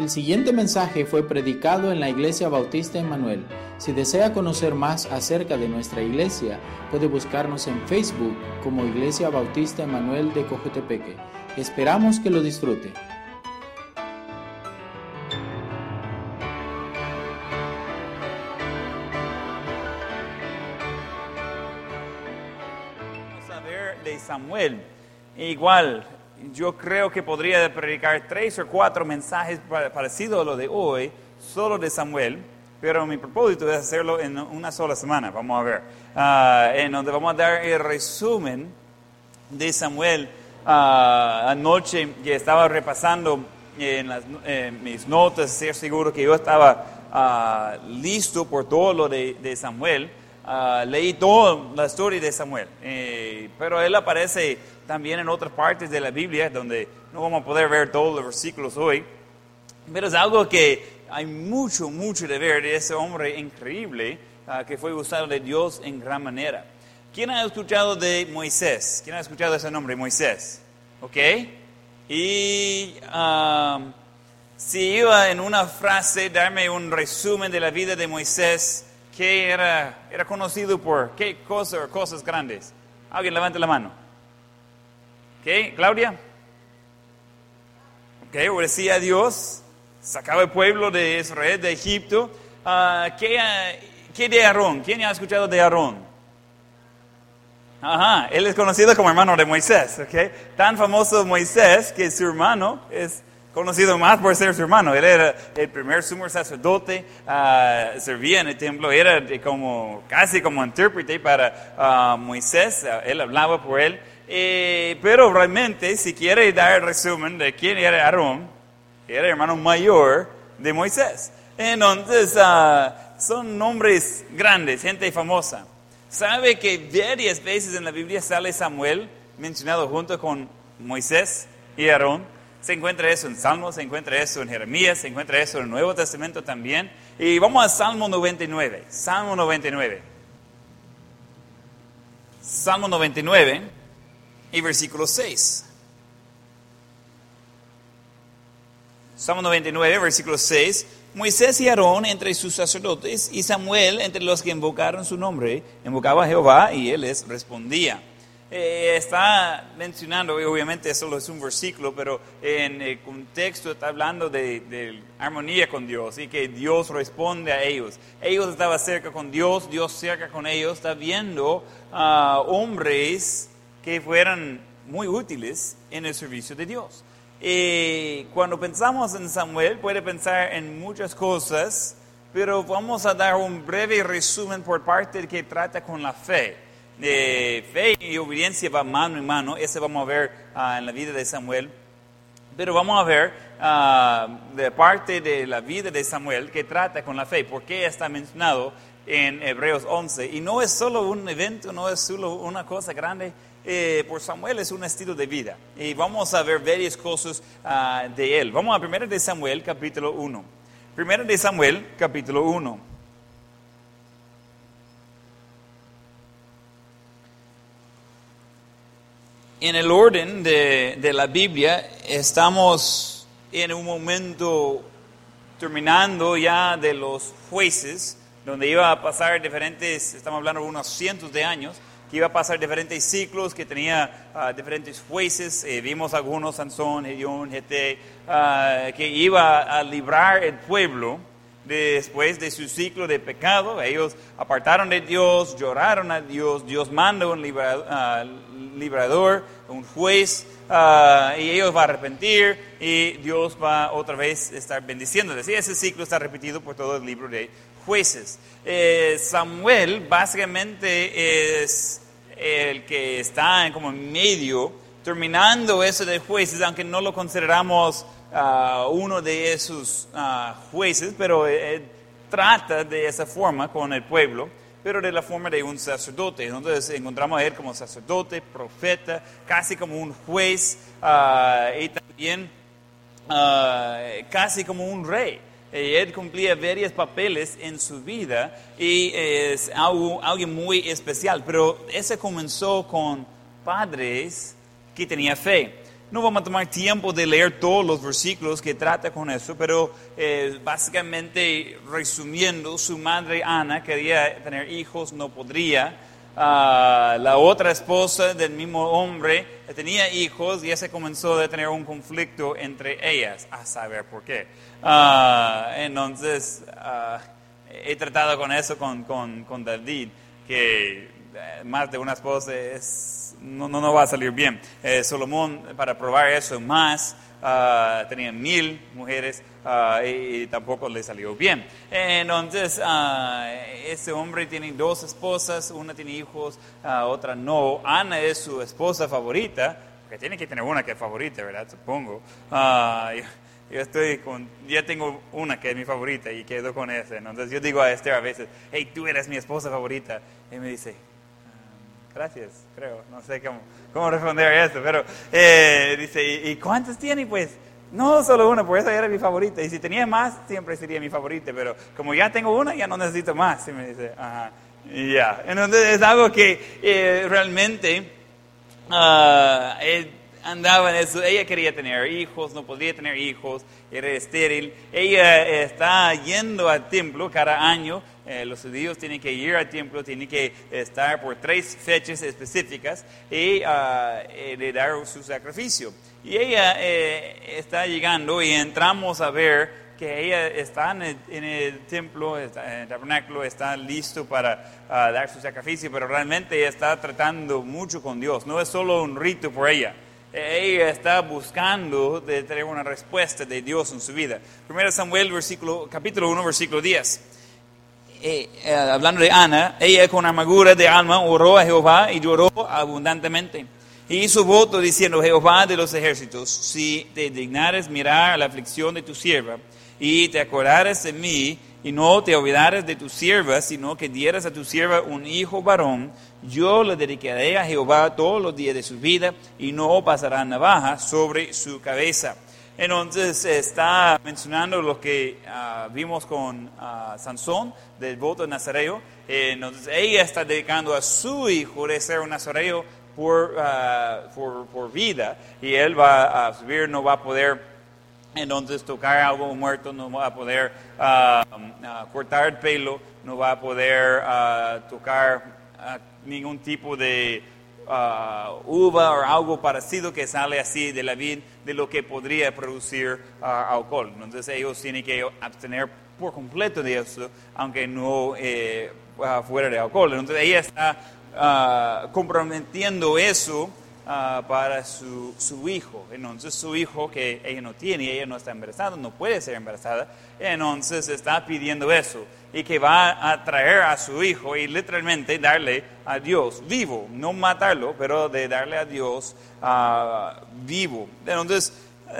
El siguiente mensaje fue predicado en la Iglesia Bautista Emmanuel. Si desea conocer más acerca de nuestra iglesia, puede buscarnos en Facebook como Iglesia Bautista Emmanuel de Cojutepeque. Esperamos que lo disfrute. Vamos a ver de Samuel. Igual, yo creo que podría predicar 3 o 4 mensajes parecidos a lo de hoy, solo de Samuel, pero mi propósito es hacerlo en una sola semana, vamos a ver, en donde vamos a dar el resumen de Samuel. Anoche ya estaba repasando en mis notas, ser seguro que yo estaba listo por todo lo de Samuel. Leí toda la historia de Samuel, pero él aparece también en otras partes de la Biblia donde no vamos a poder ver todos los versículos hoy, pero es algo que hay mucho de ver de ese hombre increíble que fue usado de Dios en gran manera. ¿Quién ha escuchado de Moisés? ¿Quién ha escuchado ese nombre, Moisés? ¿Ok? Y si iba en una frase darme un resumen de la vida de Moisés, ¿qué era conocido por? ¿Qué cosas grandes? Alguien levante la mano. ¿Ok? ¿Claudia? ¿Ok? Obedecía a Dios, sacaba el pueblo de Israel, de Egipto. ¿Qué de Aarón? ¿Quién ha escuchado de Aarón? Ajá, él es conocido como hermano de Moisés, ¿ok? Tan famoso Moisés que su hermano es conocido más por ser su hermano. Él era el primer sumo sacerdote, servía en el templo, era casi como intérprete para Moisés, él hablaba por él. Pero realmente, si quiere dar el resumen de quién era Aarón, era el hermano mayor de Moisés. Entonces, son nombres grandes, gente famosa. ¿Sabe que varias veces en la Biblia sale Samuel mencionado junto con Moisés y Aarón? Se encuentra eso en Salmos, se encuentra eso en Jeremías, se encuentra eso en el Nuevo Testamento también. Y vamos a Salmo 99. Salmo 99. Salmo 99 y versículo 6. Salmo 99, versículo 6. Moisés y Aarón entre sus sacerdotes y Samuel entre los que invocaron su nombre. Invocaba a Jehová y él les respondía. Está mencionando, y obviamente solo es un versículo, pero en el contexto está hablando de armonía con Dios y que Dios responde a ellos. Ellos estaban cerca con Dios, Dios cerca con ellos. Está viendo hombres que fueran muy útiles en el servicio de Dios. Cuando pensamos en Samuel, puede pensar en muchas cosas, pero vamos a dar un breve resumen por parte que trata con la fe. Fe y obediencia va mano en mano, eso vamos a ver en la vida de Samuel. Pero vamos a ver de parte de la vida de Samuel que trata con la fe, porque está mencionado en Hebreos 11. Y no es solo un evento, no es solo una cosa grande. Por Samuel es un estilo de vida. Y vamos a ver varias cosas de él. Vamos a 1 de Samuel, capítulo 1. 1 de Samuel, capítulo 1. En el orden de la Biblia, estamos en un momento terminando ya de los jueces, donde iba a pasar diferentes, estamos hablando de unos cientos de años, que iba a pasar diferentes ciclos, que tenía diferentes jueces. Vimos algunos, Sansón, Gedeón, Jefté, que iba a librar el pueblo después de su ciclo de pecado. Ellos apartaron de Dios, lloraron a Dios, Dios manda un librador, un juez, y ellos van a arrepentir y Dios va otra vez a estar bendiciéndoles. Y ese ciclo está repetido por todo el libro de jueces. Samuel básicamente es el que está como en medio, terminando eso de jueces, aunque no lo consideramos uno de esos jueces, pero trata de esa forma con el pueblo, pero de la forma de un sacerdote. Entonces encontramos a él como sacerdote, profeta, casi como un juez, y también casi como un rey. Él cumplía varios papeles en su vida y es algo muy especial. Pero ese comenzó con padres que tenían fe. No vamos a tomar tiempo de leer todos los versículos que trata con eso, pero básicamente resumiendo, su madre Ana quería tener hijos, no podría. La otra esposa del mismo hombre tenía hijos y ese comenzó a tener un conflicto entre ellas, a saber por qué. Entonces, he tratado con eso con David, que más de una esposa no va a salir bien. Salomón, para probar eso más, tenía 1000 mujeres y tampoco le salió bien. Entonces, ese hombre tiene 2 esposas, una tiene hijos, otra no. Ana es su esposa favorita, porque tiene que tener una que es favorita, ¿verdad? Supongo. Ya tengo una que es mi favorita y quedo con esa. Entonces yo digo a Esther a veces, hey, tú eres mi esposa favorita. Y me dice, gracias, creo. No sé cómo responder a eso, pero dice, ¿y cuántas tiene? Pues no, solo una, por eso ella era mi favorita. Y si tenía más, siempre sería mi favorita. Pero como ya tengo una, ya no necesito más. Y me dice, ajá, y ya. Entonces es algo que realmente andaba en eso. Ella quería tener hijos, no podía tener hijos, era estéril. Ella está yendo al templo cada año. Los judíos tienen que ir al templo, tienen que estar por 3 fechas específicas y de dar su sacrificio. Y ella está llegando y entramos a ver que ella está en el templo, en el tabernáculo, está listo para dar su sacrificio, pero realmente ella está tratando mucho con Dios. No es solo un rito por ella. Ella está buscando de tener una respuesta de Dios en su vida. 1 Samuel capítulo 1, versículo 10. Hablando de Ana, ella con amargura de alma oró a Jehová y lloró abundantemente. Y hizo voto diciendo, Jehová de los ejércitos, si te dignares mirar a la aflicción de tu sierva y te acordares de mí y no te olvidares de tu sierva, sino que dieras a tu sierva un hijo varón, yo le dedicaré a Jehová todos los días de su vida y no pasará navaja sobre su cabeza. Entonces está mencionando lo que vimos con Sansón del voto nazareo. Entonces ella está dedicando a su hijo de ser un nazareo por vida, y él va a subir, no va a poder entonces tocar algo muerto, no va a poder cortar el pelo, no va a poder tocar ningún tipo de uva o algo parecido que sale así de la vid, de lo que podría producir alcohol. Entonces ellos tienen que abstener por completo de eso, aunque no fuera de alcohol. Entonces ella está comprometiendo eso para su hijo. Entonces su hijo, que ella no tiene, ella no está embarazada, no puede ser embarazada, entonces está pidiendo eso, y que va a traer a su hijo y literalmente darle a Dios vivo, no matarlo, pero de darle a Dios vivo. Entonces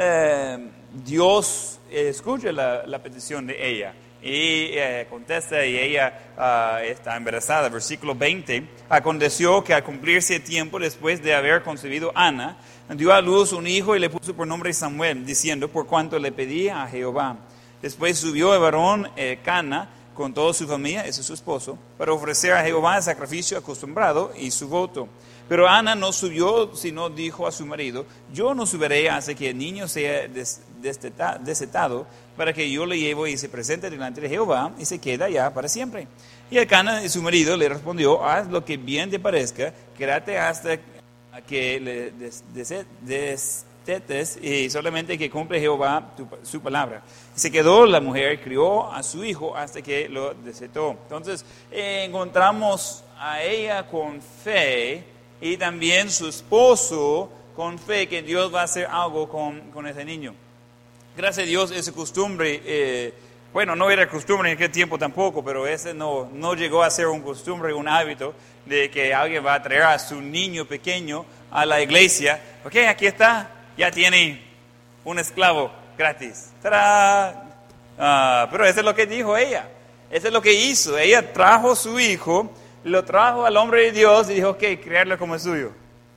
Dios escucha la petición de ella y contesta, y ella está embarazada. Versículo 20, aconteció que al cumplirse el tiempo después de haber concebido Ana, dio a luz un hijo y le puso por nombre Samuel, diciendo, por cuanto le pedía a Jehová. Después subió el varón Cana con toda su familia, ese es su esposo, para ofrecer a Jehová el sacrificio acostumbrado y su voto. Pero Ana no subió, sino dijo a su marido, yo no subiré hasta que el niño sea destetado, para que yo le llevo y se presente delante de Jehová y se queda allá para siempre. Y el Cana, su marido, le respondió, haz lo que bien te parezca, quédate hasta que le destetes y solamente que cumple Jehová su palabra. Y se quedó la mujer, crió a su hijo hasta que lo destetó. Entonces encontramos a ella con fe, y también su esposo con fe que Dios va a hacer algo con ese niño. Gracias a Dios, esa costumbre, bueno, no era costumbre en aquel tiempo tampoco, pero ese no llegó a ser una costumbre, un hábito de que alguien va a traer a su niño pequeño a la iglesia. Ok, aquí está, ya tiene un esclavo gratis. ¡Tarán! Pero eso es lo que dijo ella, eso es lo que hizo. Ella trajo a su hijo, lo trajo al hombre de Dios y dijo, ok, criarlo como es suyo.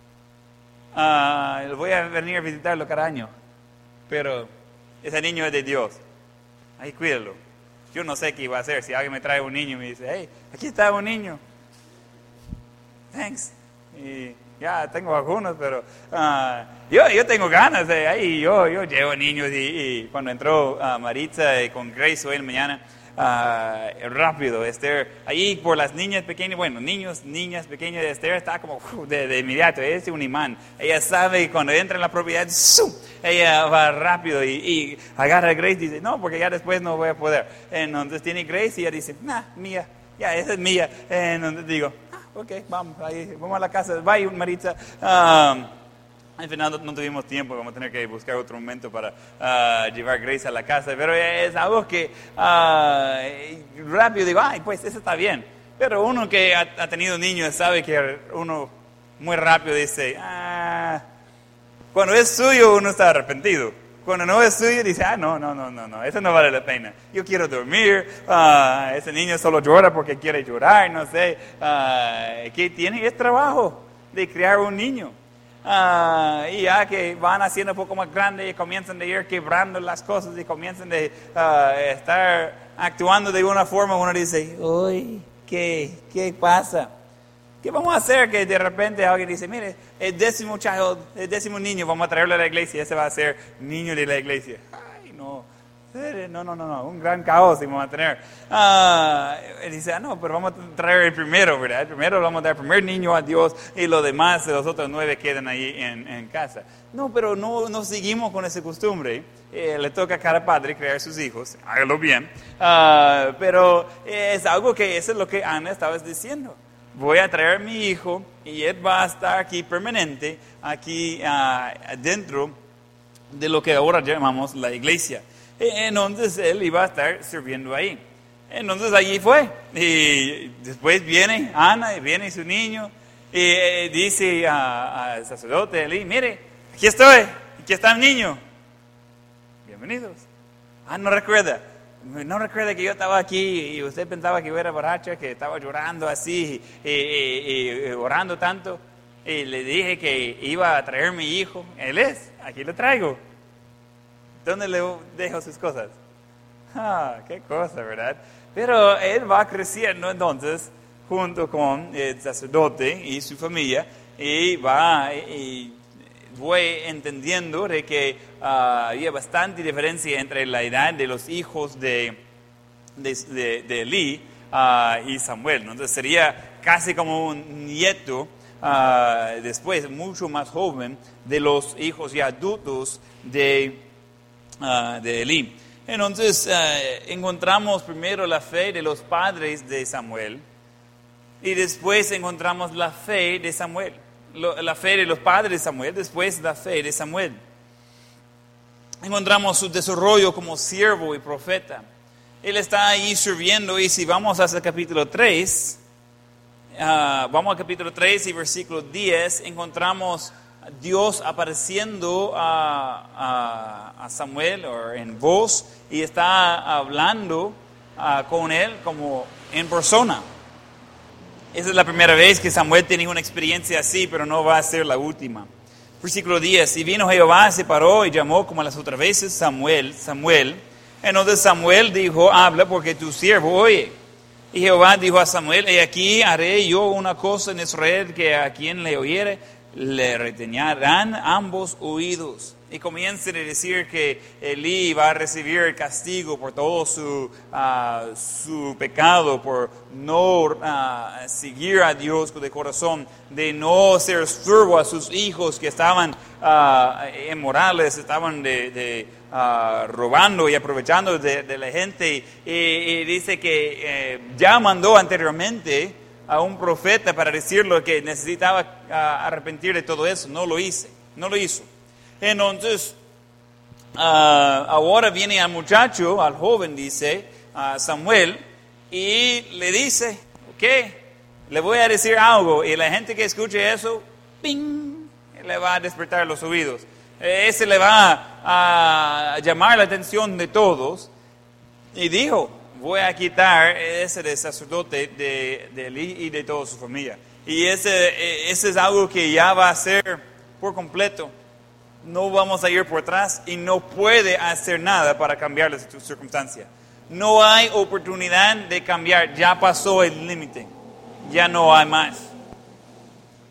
Voy a venir a visitarlo cada año, pero ese niño es de Dios. Ahí cuídalo. Yo no sé qué iba a hacer si alguien me trae un niño y me dice, hey, aquí está un niño. Thanks. Y ya tengo algunos, pero yo tengo ganas de ahí. Yo llevo niños y cuando entró Maritza con Grace hoy en la mañana, rápido, Esther, ahí por las niñas pequeñas, bueno, niñas pequeñas de Esther, está como de inmediato, es un imán. Ella sabe que cuando entra en la propiedad, ¡zum!, ella va rápido y agarra a Grace y dice, no, porque ya después no voy a poder. Entonces tiene Grace y ella dice, mía, ya, esa es mía. Entonces digo, ok, vamos a la casa, bye Maritza. Al final no tuvimos tiempo, vamos a tener que buscar otro momento para llevar Grace a la casa, pero es algo que rápido digo, pues eso está bien. Pero uno que ha tenido niños sabe que uno muy rápido dice, cuando es suyo uno está arrepentido. Cuando no es suyo dice, no, eso no vale la pena. Yo quiero dormir, ese niño solo llora porque quiere llorar, no sé. ¿Qué tiene? Es trabajo de criar un niño. Y ya que van haciendo un poco más grande y comienzan de ir quebrando las cosas y comienzan de estar actuando de una forma, uno dice, uy, ¿qué pasa? ¿Qué vamos a hacer? Que de repente alguien dice, mire, el décimo niño, vamos a traerlo a la iglesia, ese va a ser niño de la iglesia. Ay, no, un gran caos vamos a tener. Él dice, pero vamos a traer el primero, ¿verdad? El primero vamos a dar el primer niño a Dios y los demás, los otros 9 quedan ahí en casa. No, pero no seguimos con esa costumbre. Le toca a cada padre criar sus hijos, hágalo bien. Pero es algo que eso es lo que Ana estaba diciendo. Voy a traer a mi hijo y él va a estar aquí permanente, aquí dentro de lo que ahora llamamos la iglesia. Entonces él iba a estar sirviendo ahí. Entonces allí fue. Y después viene Ana, y viene su niño, y dice al sacerdote Elí, mire, aquí estoy, aquí está el niño. Bienvenidos. No recuerda que yo estaba aquí y usted pensaba que yo era borracha, que estaba llorando así y orando tanto. Y le dije que iba a traer mi hijo. Él es, aquí lo traigo. ¿Dónde le dejo sus cosas? Qué cosa, ¿verdad? Pero él va creciendo entonces junto con el sacerdote y su familia y voy entendiendo de que había bastante diferencia entre la edad de los hijos de Elí y Samuel. Entonces sería casi como un nieto después, mucho más joven, de los hijos ya adultos de Elí. Entonces encontramos primero la fe de los padres de Samuel y después encontramos la fe de Samuel. La fe de los padres de Samuel, después la fe de Samuel. Encontramos su desarrollo como siervo y profeta. Él está ahí sirviendo y si vamos hasta el capítulo 3, vamos al capítulo 3 y versículo 10, encontramos Dios apareciendo a Samuel en voz y está hablando con él como en persona. Esa es la primera vez que Samuel tiene una experiencia así, pero no va a ser la última. Versículo 10, y vino Jehová, se paró y llamó como las otras veces, Samuel, Samuel. Entonces Samuel dijo, habla porque tu siervo oye. Y Jehová dijo a Samuel, he aquí haré yo una cosa en Israel que a quien le oyere, le reteñarán ambos oídos. Y comienza a decir que Elí va a recibir el castigo por todo su pecado, por no seguir a Dios de corazón, de no ser estorbo a sus hijos que estaban inmorales, estaban robando y aprovechando de la gente. Y dice que ya mandó anteriormente a un profeta para decirle que necesitaba arrepentir de todo eso. No lo hizo. Entonces, ahora viene al muchacho, al joven, dice Samuel, y le dice, ok, le voy a decir algo, y la gente que escuche eso, ¡ping!, le va a despertar los oídos. Ese le va a llamar la atención de todos, y dijo, voy a quitar ese de sacerdote de Elí y de toda su familia. Y ese es algo que ya va a ser por completo. No vamos a ir por atrás y no puede hacer nada para cambiar la circunstancia. No hay oportunidad de cambiar, ya pasó el límite, ya no hay más.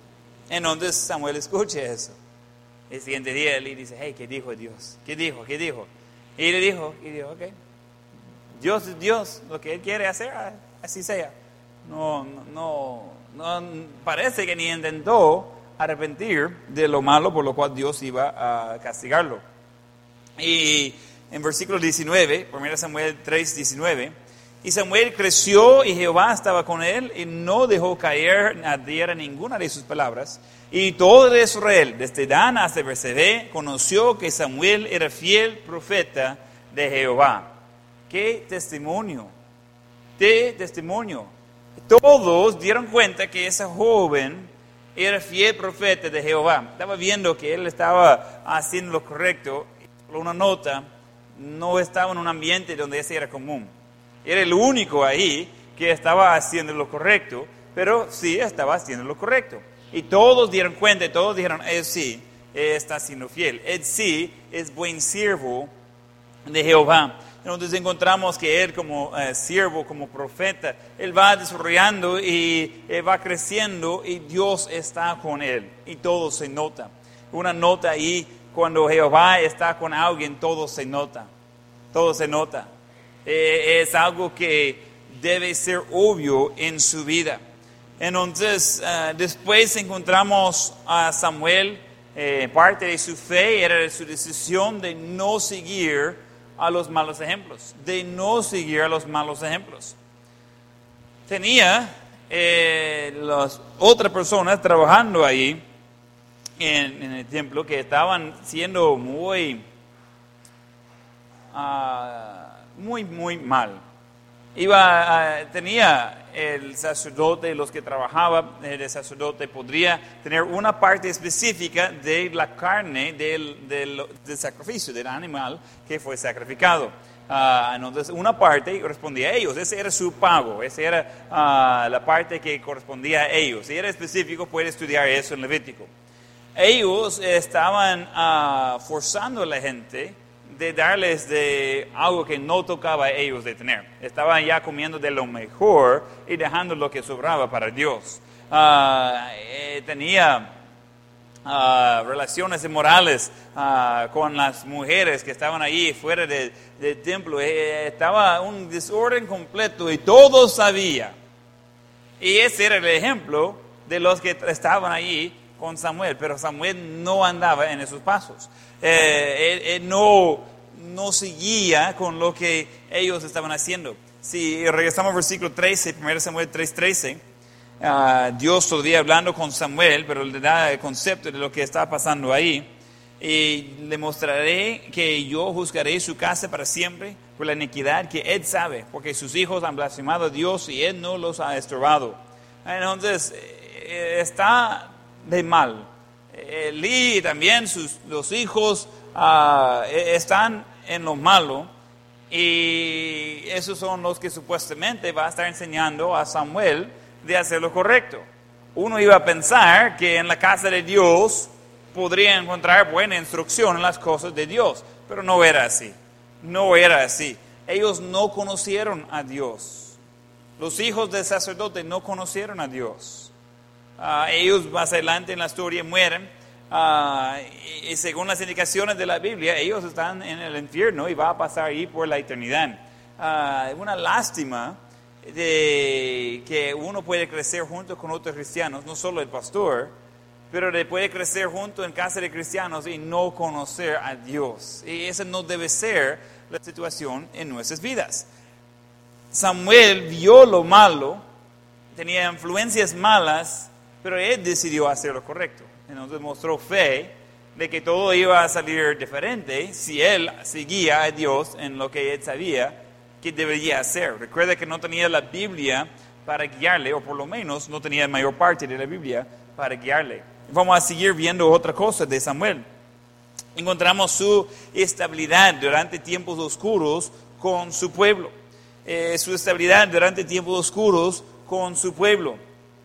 Entonces Samuel escucha eso. El siguiente día él dice, hey, ¿qué dijo Dios? ¿Qué dijo? Y le dijo, ok, Dios es Dios, lo que Él quiere hacer, así sea. No, parece que ni intentó arrepentir de lo malo por lo cual Dios iba a castigarlo. Y en versículo 19, 1 Samuel 3:19, y Samuel creció y Jehová estaba con él y no dejó caer a tierra ninguna de sus palabras. Y todo Israel, desde Dan hasta Bersabé, conoció que Samuel era fiel profeta de Jehová. ¡Qué testimonio! ¡Qué testimonio! Todos dieron cuenta que ese joven era fiel profeta de Jehová. Estaba viendo que él estaba haciendo lo correcto. Una nota, no estaba en un ambiente donde eso era común. Era el único ahí que estaba haciendo lo correcto, pero sí estaba haciendo lo correcto. Y todos dieron cuenta, todos dijeron, él sí está siendo fiel. Él sí es buen siervo de Jehová. Entonces encontramos que él como siervo, como profeta, él va desarrollando y va creciendo y Dios está con él. Y todo se nota. Una nota ahí, cuando Jehová está con alguien, todo se nota. Todo se nota. Es algo que debe ser obvio en su vida. Entonces, después encontramos a Samuel, parte de su fe era su decisión de no seguir a los malos ejemplos. De no seguir a los malos ejemplos. Tenía las otras personas trabajando ahí en el templo que estaban siendo muy mal. Tenía el sacerdote, los que trabajaban, el sacerdote podría tener una parte específica de la carne del sacrificio, del animal que fue sacrificado. Entonces, una parte correspondía a ellos, ese era su pago, esa era la parte que correspondía a ellos. Si era específico, puede estudiar eso en Levítico. Ellos estaban forzando a la gente de darles de algo que no tocaba a ellos de tener. Estaban ya comiendo de lo mejor y dejando lo que sobraba para Dios. Tenía relaciones inmorales con las mujeres que estaban ahí fuera del templo. Estaba un desorden completo y todos sabían. Y ese era el ejemplo de los que estaban allí con Samuel, pero Samuel no andaba en esos pasos. Él no seguía con lo que ellos estaban haciendo. Si regresamos al versículo 13, 1 Samuel 3:13, Dios todavía hablando con Samuel, pero le da el concepto de lo que está pasando ahí. Y le mostraré que yo juzgaré su casa para siempre por la iniquidad que él sabe, porque sus hijos han blasfemado a Dios y él no los ha estorbado. Entonces, está de mal. Eli y también los hijos están en lo malo, y esos son los que supuestamente va a estar enseñando a Samuel de hacer lo correcto. Uno iba a pensar que en la casa de Dios podría encontrar buena instrucción en las cosas de Dios, pero no era así. No era así. Ellos no conocieron a Dios. Los hijos del sacerdote no conocieron a Dios. Ellos más adelante en la historia mueren, y según las indicaciones de la Biblia, ellos están en el infierno y va a pasar ahí por la eternidad. Una lástima de que uno puede crecer junto con otros cristianos, no solo el pastor, pero puede crecer junto en casa de cristianos y no conocer a Dios. Y esa no debe ser la situación en nuestras vidas. Samuel vio lo malo, tenía influencias malas, pero él decidió hacer lo correcto. Entonces mostró fe de que todo iba a salir diferente si él seguía a Dios en lo que él sabía que debería hacer. Recuerda que no tenía la Biblia para guiarle, o por lo menos no tenía la mayor parte de la Biblia para guiarle. Vamos a seguir viendo otra cosa de Samuel. Encontramos su estabilidad durante tiempos oscuros con su pueblo. Su estabilidad durante tiempos oscuros con su pueblo.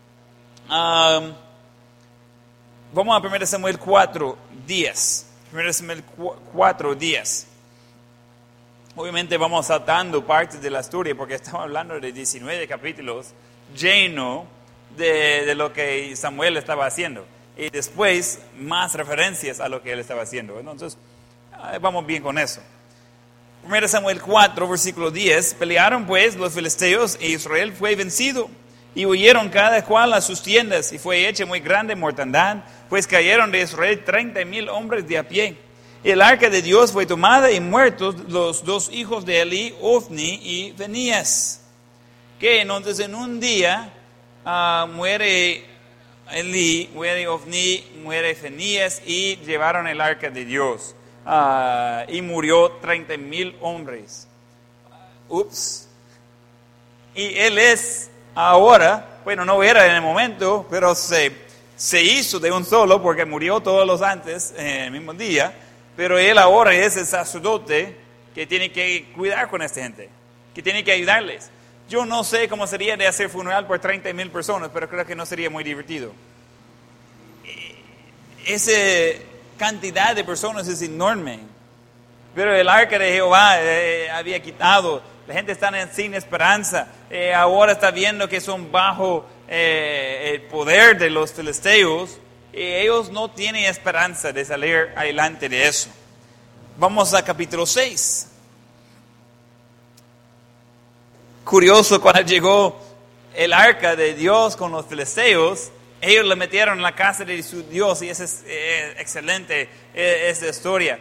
Vamos a 1 Samuel 4:10. 1 Samuel 4:10. Obviamente vamos saltando partes de la historia porque estamos hablando de 19 capítulos lleno de lo que Samuel estaba haciendo. y después más referencias a lo que él estaba haciendo. Entonces, vamos bien con eso. 1 Samuel 4, versículo 10, pelearon pues los filisteos e Israel fue vencido. Y huyeron cada cual a sus tiendas, y fue hecha muy grande mortandad, pues cayeron de Israel 30,000 hombres de a pie. Y el arca de Dios fue tomada y muertos los 2 hijos de Elí, Ofni y Fineas. Que entonces en un día muere Elí, muere Ofni, muere Fineas y llevaron el arca de Dios. Y murió 30,000 hombres. Ups. Y él es ahora, bueno, no era en el momento, pero se hizo de un solo porque murió todos los antes en el mismo día. Pero él ahora es el sacerdote que tiene que cuidar con esta gente, que tiene que ayudarles. Yo no sé cómo sería de hacer funeral por 30,000 personas, pero creo que no sería muy divertido. Esa cantidad de personas es enorme. Pero el arca de Jehová había quitado. La gente está sin esperanza. Ahora está viendo que son bajo el poder de los filisteos. Y ellos no tienen esperanza de salir adelante de eso. Vamos a capítulo 6. Curioso, cuando llegó el arca de Dios con los filisteos, ellos le metieron en la casa de su Dios, y esa es excelente esa historia.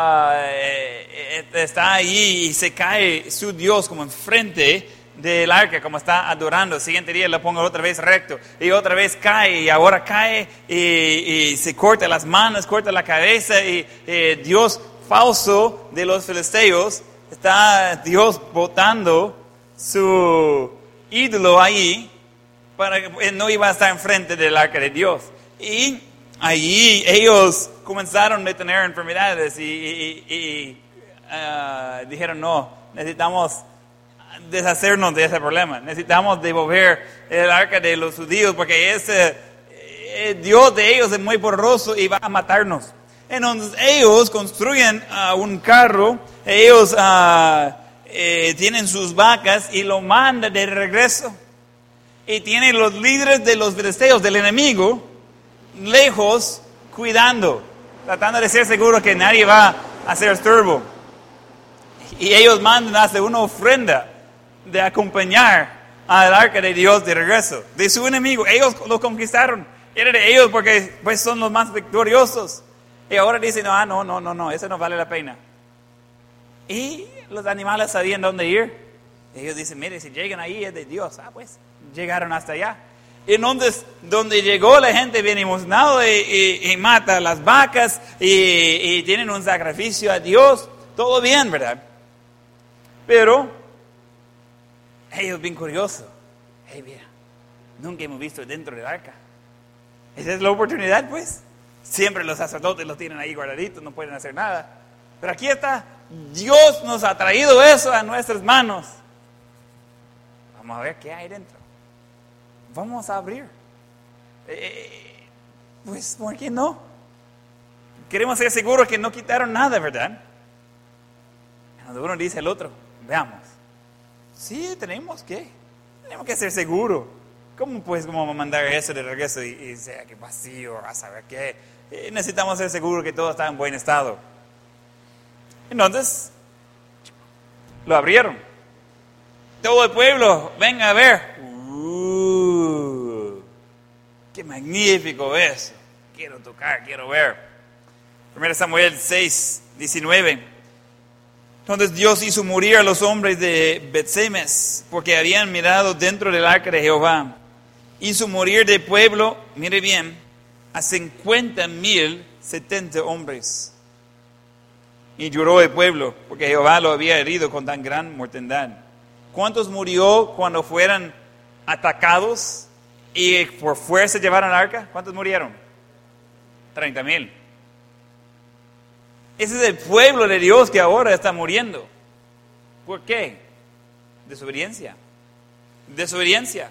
Está ahí y se cae su Dios como enfrente del arca, como está adorando. El siguiente día lo pongo otra vez recto y otra vez cae, y ahora cae y se corta las manos, corta la cabeza, y Dios falso de los filisteos, está Dios botando su ídolo ahí para que no iba a estar enfrente del arca de Dios. Y allí ellos comenzaron a tener enfermedades y dijeron, no, necesitamos deshacernos de ese problema. Necesitamos devolver el arca de los judíos porque ese Dios de ellos es muy poderoso y va a matarnos. Entonces ellos construyen un carro, ellos tienen sus vacas y lo mandan de regreso. Y tienen los líderes de los filisteos, del enemigo, lejos, cuidando, tratando de ser seguro que nadie va a hacer estorbo. Y ellos mandan hasta una ofrenda de acompañar al arca de Dios de regreso, de su enemigo. Ellos lo conquistaron, era de ellos porque pues son los más victoriosos. Y ahora dicen, no, eso no vale la pena. Y los animales sabían dónde ir. Ellos dicen, mire, si llegan ahí es de Dios. Pues llegaron hasta allá. Y entonces, donde llegó la gente bien emocionada y mata las vacas y tienen un sacrificio a Dios, todo bien, ¿verdad? Pero ellos bien curiosos. Mira, nunca hemos visto dentro del arca. Esa es la oportunidad, pues. Siempre los sacerdotes los tienen ahí guardaditos, no pueden hacer nada. Pero aquí está, Dios nos ha traído eso a nuestras manos. Vamos a ver qué hay dentro. Vamos a abrir. Pues, ¿por qué no? Queremos ser seguros que no quitaron nada, ¿verdad? Cuando uno dice al otro, veamos. Sí, tenemos que ser seguros. ¿Cómo pues vamos a mandar eso de regreso y sea que vacío, a saber qué? Necesitamos ser seguros que todo está en buen estado. Entonces, lo abrieron. Todo el pueblo, venga a ver. ¡Qué magnífico eso! Quiero tocar, quiero ver. 1 Samuel 6, 19. Entonces Dios hizo morir a los hombres de Bet-Semes porque habían mirado dentro del arca de Jehová. Hizo morir del pueblo, mire bien, a 50,070 hombres. Y lloró el pueblo porque Jehová lo había herido con tan gran mortandad. ¿Cuántos murió cuando fueron atacados y por fuerza llevaron al arca? ¿Cuántos murieron? 30,000. Ese es el pueblo de Dios que ahora está muriendo. ¿Por qué? Desobediencia. Desobediencia.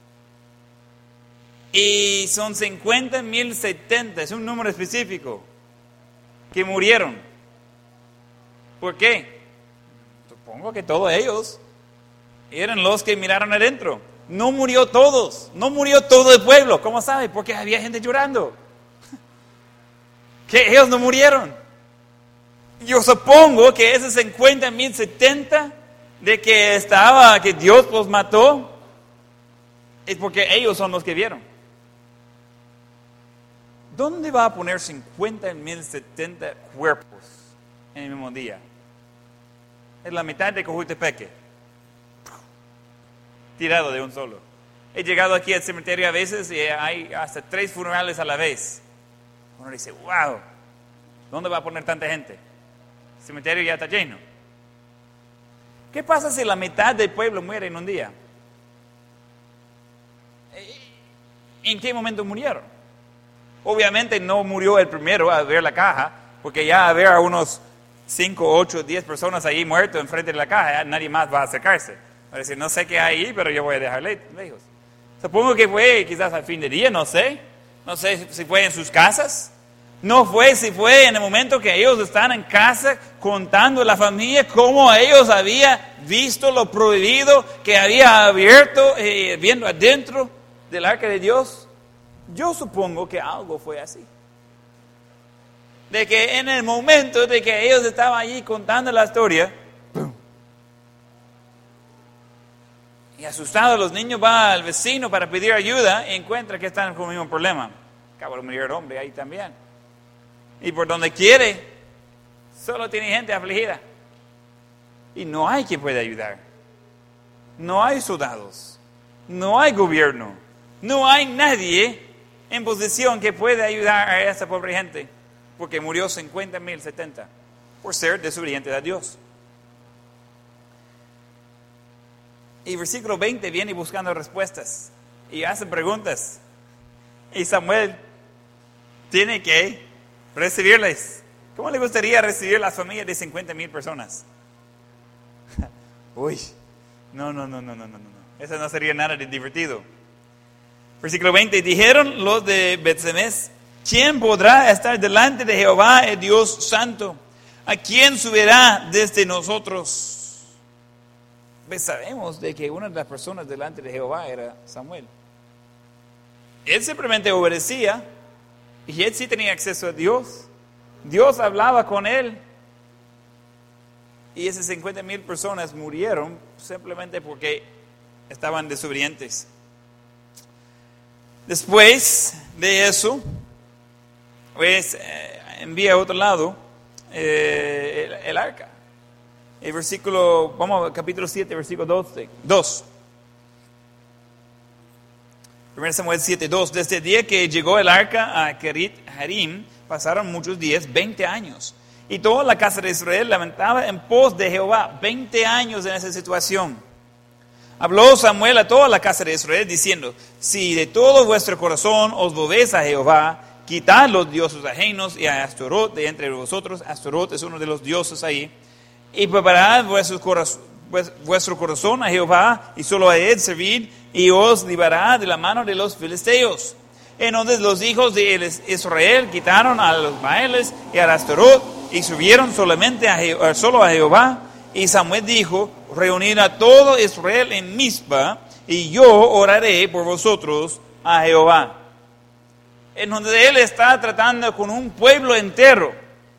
Y son 50,070, es un número específico, que murieron. ¿Por qué? Supongo que todos ellos eran los que miraron adentro. No murió todos, no murió todo el pueblo. ¿Cómo sabe? Porque había gente llorando. que ellos no murieron. Yo supongo que esos 50,000, 70 de que Dios los mató, es porque ellos son los que vieron. ¿Dónde va a poner 50,000, 70 cuerpos en el mismo día? Es la mitad de Cojutepeque, tirado de un solo. He llegado aquí al cementerio a veces y hay hasta 3 funerales a la vez. Uno dice, wow, ¿dónde va a poner tanta gente? El cementerio ya está lleno. ¿Qué pasa si la mitad del pueblo muere en un día? ¿En qué momento murieron? Obviamente no murió el primero a ver la caja, porque ya había unos 5, 8, 10 personas ahí muertos enfrente de la caja, nadie más va a acercarse. Va a decir, no sé qué hay ahí, pero yo voy a dejar lejos. Supongo que fue quizás al fin de día, no sé. No sé si fue en sus casas. No fue si fue en el momento que ellos están en casa contando a la familia cómo ellos habían visto lo prohibido que había abierto, viendo adentro del arca de Dios. Yo supongo que algo fue así. De que en el momento de que ellos estaban allí contando la historia, ¡pum! Y asustados los niños van al vecino para pedir ayuda y encuentran que están con el mismo problema. Acaba de morir el hombre ahí también. Y por donde quiere, solo tiene gente afligida. Y no hay quien pueda ayudar. No hay soldados. No hay gobierno. No hay nadie en posición que pueda ayudar a esa pobre gente. Porque murió 50,000, 70 por ser desobedientes a Dios. Y versículo 20 viene buscando respuestas y hace preguntas. Y Samuel tiene que recibirles. ¿Cómo le gustaría recibir las familias de 50,000 personas? Uy, no. Eso no sería nada de divertido. Versículo 20, dijeron los de Bet-Semes, ¿quién podrá estar delante de Jehová, el Dios santo? ¿A quién subirá desde nosotros? Pues sabemos de que una de las personas delante de Jehová era Samuel. Él simplemente obedecía y él sí tenía acceso a Dios. Dios hablaba con él. Y esas 50,000 personas murieron simplemente porque estaban desobedientes. Después de eso, pues envía a otro lado el arca. El versículo, vamos a capítulo 7, versículo 2. 1 Samuel 7, 2. Desde el día que llegó el arca a Kerit Harim, pasaron muchos días, 20 años. Y toda la casa de Israel lamentaba en pos de Jehová, 20 años en esa situación. Habló Samuel a toda la casa de Israel diciendo, si de todo vuestro corazón os volvéis a Jehová, quitad los dioses ajenos y a Astorot de entre vosotros. Astorot es uno de los dioses ahí. Y preparad vuestro corazón a Jehová y solo a él servid y os librará de la mano de los filisteos. Entonces los hijos de Israel quitaron a los Baales y a Astorot y subieron solamente solo a Jehová. Y Samuel dijo, reunid a todo Israel en Mizpa y yo oraré por vosotros a Jehová. En donde él está tratando con un pueblo entero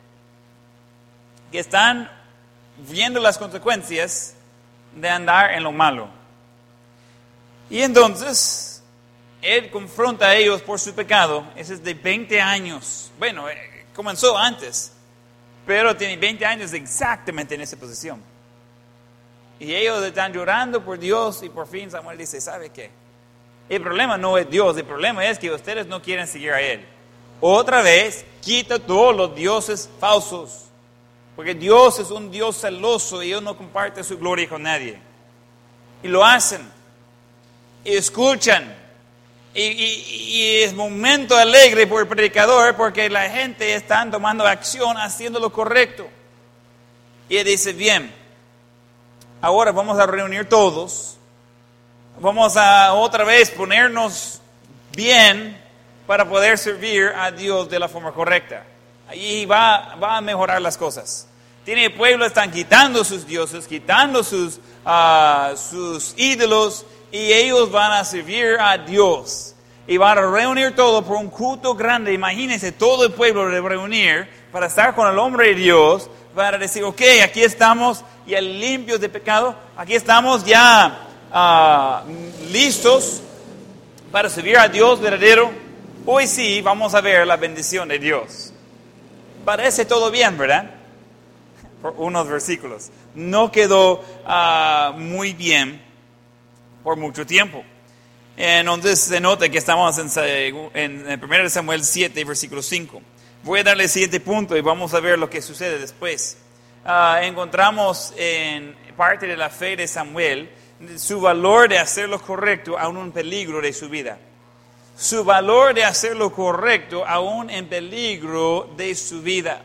que están viendo las consecuencias de andar en lo malo. Y entonces él confronta a ellos por su pecado. Ese es de 20 años. Bueno, comenzó antes, pero tiene 20 años exactamente en esa posición. Y ellos están llorando por Dios y por fin Samuel dice, ¿sabe qué? El problema no es Dios, el problema es que ustedes no quieren seguir a Él. Otra vez, quita todos los dioses falsos. Porque Dios es un Dios celoso y Él no comparte su gloria con nadie. Y lo hacen. Y escuchan. Y es momento alegre por el predicador porque la gente está tomando acción, haciendo lo correcto. Y Él dice, bien, ahora vamos a reunir todos. Vamos a otra vez ponernos bien para poder servir a Dios de la forma correcta. Allí va a mejorar las cosas. El pueblo están quitando sus dioses, quitando sus ídolos y ellos van a servir a Dios. y van a reunir todo por un culto grande. Imagínense todo el pueblo reunir para estar con el hombre de Dios, para decir, ok, aquí estamos ya limpios de pecado, aquí estamos ya listos para servir a Dios verdadero. Hoy sí vamos a ver la bendición de Dios. Parece todo bien, ¿verdad? Por unos versículos. No quedó muy bien por mucho tiempo. Entonces se nota que estamos en 1 Samuel 7, versículo 5. Voy a darle el siguiente punto y vamos a ver lo que sucede después. Encontramos en parte de la fe de Samuel su valor de hacer lo correcto aún en peligro de su vida. Su valor de hacer lo correcto aún en peligro de su vida.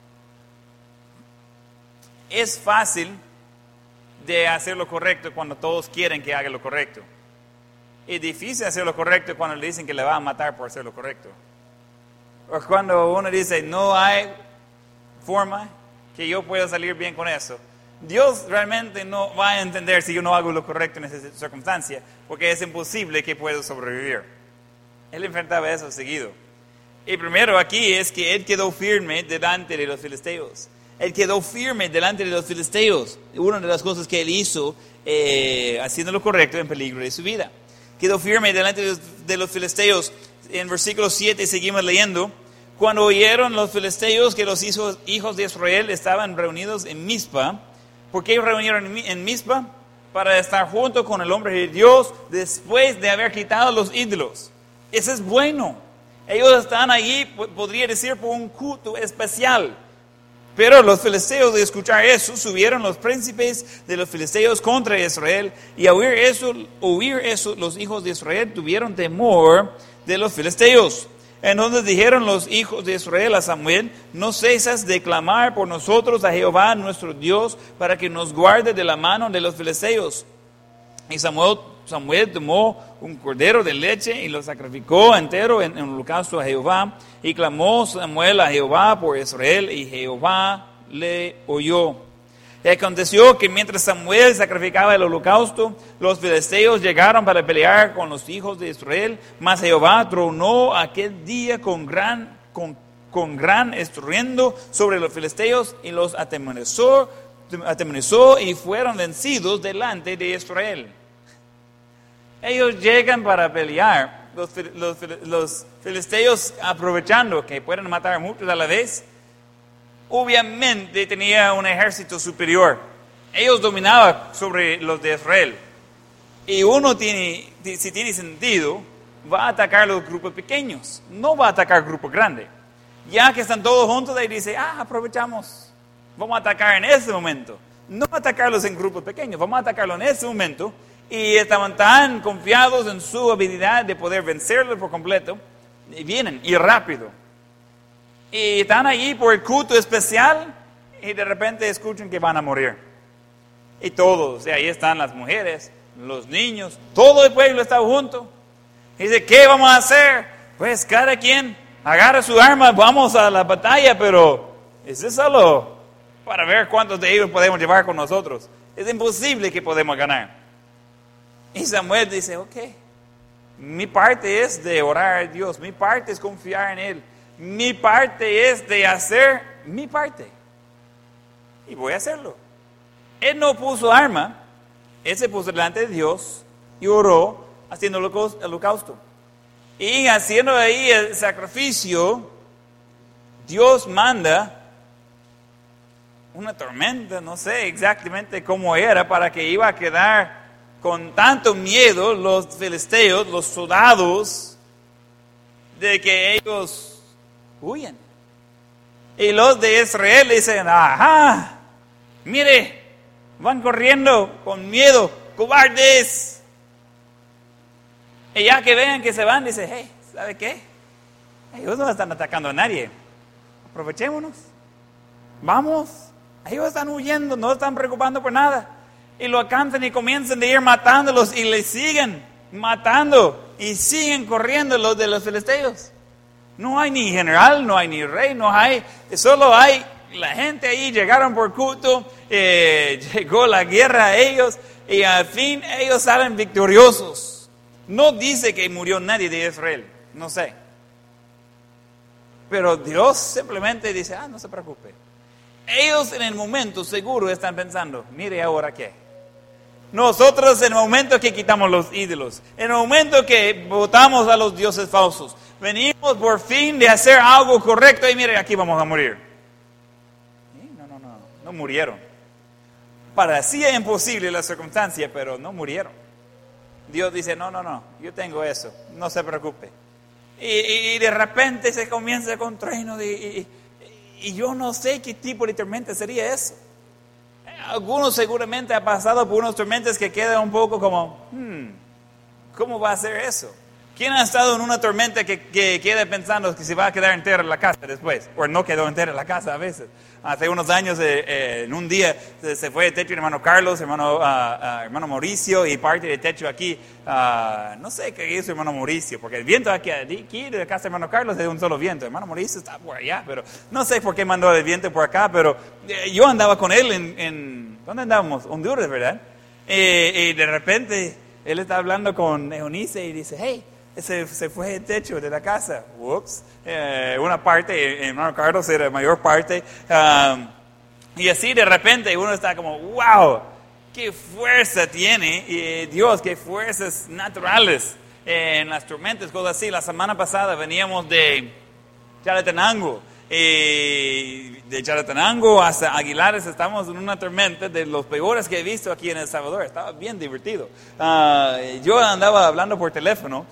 Es fácil de hacer lo correcto cuando todos quieren que haga lo correcto. Es difícil hacer lo correcto cuando le dicen que le van a matar por hacer lo correcto. O cuando uno dice, no hay forma que yo pueda salir bien con eso. Dios realmente no va a entender si yo no hago lo correcto en esa circunstancia, porque es imposible que pueda sobrevivir. Él enfrentaba eso seguido. Y primero aquí es que él quedó firme delante de los filisteos. Él quedó firme delante de los filisteos. Una de las cosas que él hizo, haciendo lo correcto en peligro de su vida. Quedó firme delante de los filisteos. En versículo 7 seguimos leyendo. Cuando oyeron los filisteos que los hijos de Israel estaban reunidos en Mizpa. ¿Por qué reunieron en Mizpa? Para estar junto con el hombre de Dios después de haber quitado los ídolos. Eso es bueno. Ellos están allí, podría decir, por un culto especial. Pero los filisteos, de escuchar eso, subieron los príncipes de los filisteos contra Israel. Y al oír eso, los hijos de Israel tuvieron temor de los filisteos. Entonces dijeron los hijos de Israel a Samuel, no cesas de clamar por nosotros a Jehová nuestro Dios, para que nos guarde de la mano de los filisteos. Y Samuel tomó un cordero de leche y lo sacrificó entero en holocausto a Jehová. Y clamó Samuel a Jehová por Israel, y Jehová le oyó. Y aconteció que mientras Samuel sacrificaba el holocausto, los filisteos llegaron para pelear con los hijos de Israel. Mas Jehová tronó aquel día con gran estruendo sobre los filisteos y los atemorizó y fueron vencidos delante de Israel. Ellos llegan para pelear, los filisteos aprovechando que pueden matar muchos a la vez. Obviamente tenía un ejército superior. Ellos dominaban sobre los de Israel. Y si tiene sentido, va a atacar los grupos pequeños. No va a atacar grupos grandes. Ya que están todos juntos, ahí dice, aprovechamos. Vamos a atacar en ese momento. No atacarlos en grupos pequeños, vamos a atacarlos en ese momento. Y estaban tan confiados en su habilidad de poder vencerlos por completo. Y vienen, y rápido. Y están allí por el culto especial y de repente escuchan que van a morir. Y todos, y ahí están las mujeres, los niños, todo el pueblo está junto. Y dice, ¿qué vamos a hacer? Pues cada quien agarra su arma, vamos a la batalla, pero eso es solo para ver cuántos de ellos podemos llevar con nosotros. Es imposible que podamos ganar. Y Samuel dice, ok, mi parte es de orar a Dios, mi parte es confiar en Él. Mi parte es de hacer mi parte. Y voy a hacerlo. Él no puso arma. Él se puso delante de Dios y oró haciendo el holocausto. Y haciendo ahí el sacrificio, Dios manda una tormenta, no sé exactamente cómo era, para que iba a quedar con tanto miedo los filisteos, los soldados, de que ellos huyen. Y los de Israel dicen, mire, van corriendo con miedo, cobardes. Y ya que vean que se van, dice, hey, ¿sabe qué? Ellos no están atacando a nadie. Aprovechémonos. Vamos. Ellos están huyendo, no están preocupando por nada. Y lo alcanzan y comienzan a ir matándolos y les siguen matando. Y siguen corriendo los de los filisteos. No hay ni general, no hay ni rey, solo hay la gente ahí, llegaron por culto, llegó la guerra a ellos y al fin ellos salen victoriosos. No dice que murió nadie de Israel, no sé. Pero Dios simplemente dice, no se preocupe. Ellos en el momento seguro están pensando, mire ahora qué. Nosotros en el momento que quitamos los ídolos, en el momento que votamos a los dioses falsos, venimos por fin de hacer algo correcto y mire, aquí vamos a morir. No murieron. Parecía imposible la circunstancia, pero no murieron. Dios dice, no, yo tengo eso, no se preocupe. Y de repente se comienza con trueno y yo no sé qué tipo de tormenta sería eso. Algunos seguramente han pasado por unos tormentas que quedan un poco como, ¿cómo va a ser eso? ¿Quién ha estado en una tormenta que queda pensando que se va a quedar entera la casa después? O no quedó entera la casa a veces. Hace unos años, en un día, se fue el techo de hermano Carlos, hermano Mauricio, y parte del techo aquí. No sé qué hizo hermano Mauricio, porque el viento aquí de la casa de hermano Carlos es de un solo viento. Hermano Mauricio está por allá, pero no sé por qué mandó el viento por acá, pero yo andaba con él en ¿dónde andábamos? Honduras, ¿verdad? Y de repente, él está hablando con Eunice y dice, hey, se fue el techo de la casa. Whoops. Una parte, hermano Carlos era la mayor parte. Y así de repente uno está como, wow, qué fuerza tiene Dios, qué fuerzas naturales en las tormentas, cosas así. La semana pasada veníamos de Chalatenango. De Chalatenango hasta Aguilares estamos en una tormenta de los peores que he visto aquí en El Salvador. Estaba bien divertido. Yo andaba hablando por teléfono.